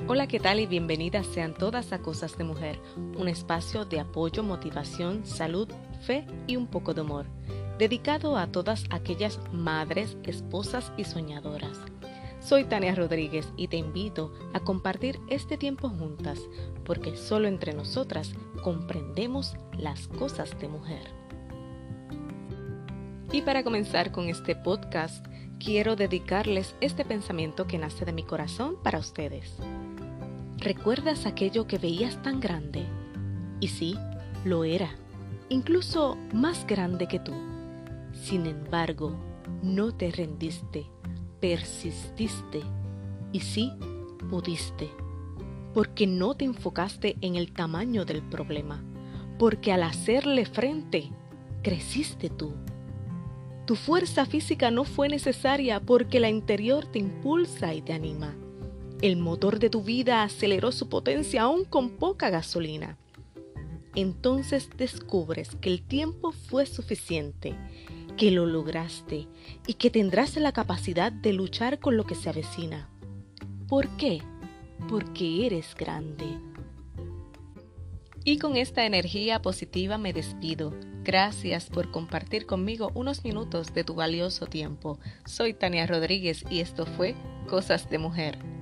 Hola, ¿qué tal? Y bienvenidas sean todas a Cosas de Mujer, un espacio de apoyo, motivación, salud, fe y un poco de humor, dedicado a todas aquellas madres, esposas y soñadoras. Soy Tania Rodríguez y te invito a compartir este tiempo juntas, porque solo entre nosotras comprendemos las cosas de mujer. Y para comenzar con este podcast, quiero dedicarles este pensamiento que nace de mi corazón para ustedes. ¿Recuerdas aquello que veías tan grande? Y sí, lo era, incluso más grande que tú. Sin embargo, no te rendiste, persististe y sí, pudiste. Porque no te enfocaste en el tamaño del problema, porque al hacerle frente, creciste tú. Tu fuerza física no fue necesaria porque la interior te impulsa y te anima. El motor de tu vida aceleró su potencia aún con poca gasolina. Entonces descubres que el tiempo fue suficiente, que lo lograste y que tendrás la capacidad de luchar con lo que se avecina. ¿Por qué? Porque eres grande. Y con esta energía positiva me despido. Gracias por compartir conmigo unos minutos de tu valioso tiempo. Soy Tania Rodríguez y esto fue Cosas de Mujer.